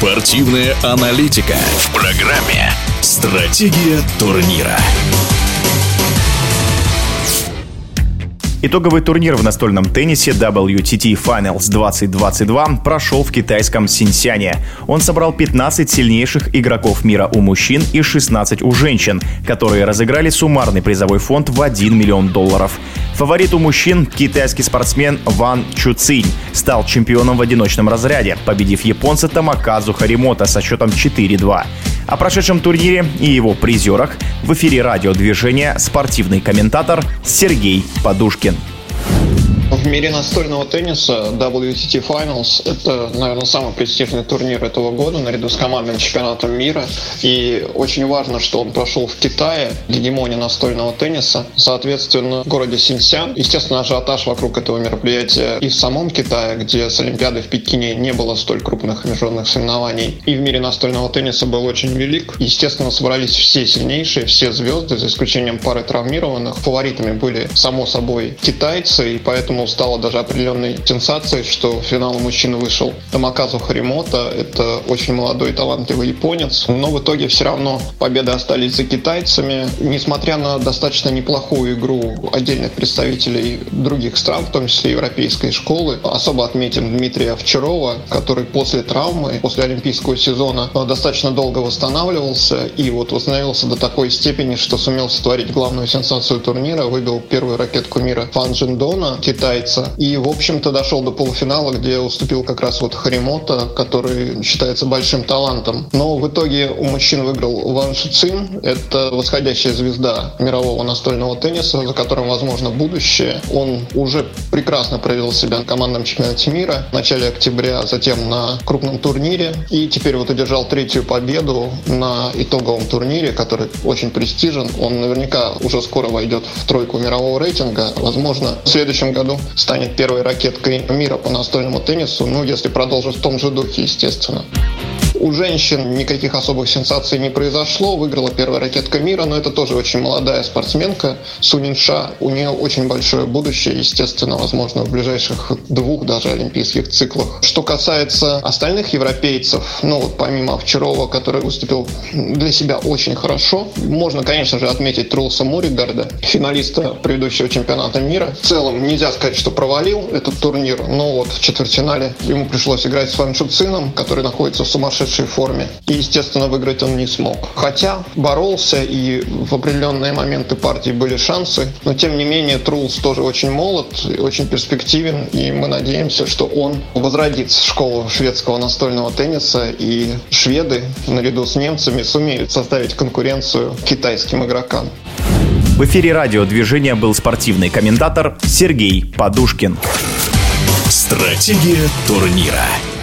Спортивная аналитика в программе «Стратегия турнира». Итоговый турнир в настольном теннисе WTT Finals 2022 прошел в китайском Синьсяне. Он собрал 15 сильнейших игроков мира у мужчин и 16 у женщин, которые разыграли суммарный призовой фонд в $1 миллион. Фаворит у мужчин, китайский спортсмен Ван Чуцинь, стал чемпионом в одиночном разряде, победив японца Томаказу Харимото со счетом 4-2. О прошедшем турнире и его призерах в эфире радиодвижения спортивный комментатор Сергей Подушкин. В мире настольного тенниса WTT Finals — это, наверное, самый престижный турнир этого года наряду с командным чемпионатом мира. И очень важно, что он прошел в Китае, гегемония настольного тенниса. Соответственно, в городе Синьсян. Естественно, ажиотаж вокруг этого мероприятия и в самом Китае, где с Олимпиады в Пекине не было столь крупных международных соревнований. И в мире настольного тенниса был очень велик. Естественно, собрались все сильнейшие, все звезды, за исключением пары травмированных. Фаворитами были, само собой, китайцы, и поэтому стало даже определенной сенсацией, что в финал мужчин вышел Томаказу Харимото. Это очень молодой и талантливый японец. Но в итоге все равно победы остались за китайцами. Несмотря на достаточно неплохую игру отдельных представителей других стран, в том числе европейской школы, особо отметим Дмитрия Овчарова, который после травмы, после олимпийского сезона достаточно долго восстанавливался и восстановился до такой степени, что сумел сотворить главную сенсацию турнира, выбил первую ракетку мира Фан Джиндона, китайца, и, в общем-то, дошел до полуфинала, где уступил как раз Харимото, который считается большим талантом. Но в итоге у мужчин выиграл Ван Чуцинь. Это восходящая звезда мирового настольного тенниса, за которым, возможно, будущее. Он уже прекрасно проявил себя на командном чемпионате мира в начале октября, затем на крупном турнире. И теперь одержал третью победу на итоговом турнире, который очень престижен. Он наверняка уже скоро войдет в тройку мирового рейтинга. Возможно, в следующем году станет первой ракеткой мира по настольному теннису, если продолжит в том же духе, естественно. У женщин никаких особых сенсаций не произошло. Выиграла первая ракетка мира, но это тоже очень молодая спортсменка Сунин Ша. У нее очень большое будущее, естественно, возможно, в ближайших 2 даже олимпийских циклах. Что касается остальных европейцев, помимо Овчарова, который выступил для себя очень хорошо, можно, конечно же, отметить Трулса Муригарда, финалиста предыдущего чемпионата мира. В целом, нельзя сказать, что провалил этот турнир, но в четвертьфинале ему пришлось играть с Ван Чуцином, который находится в сумасшедшей форме. И, естественно, выиграть он не смог. Хотя боролся, и в определенные моменты партии были шансы. Но, тем не менее, Трулс тоже очень молод, очень перспективен. И мы надеемся, что он возродит школу шведского настольного тенниса. И шведы, наряду с немцами, сумеют составить конкуренцию китайским игрокам. В эфире радиодвижения был спортивный комментатор Сергей Подушкин. Стратегия турнира.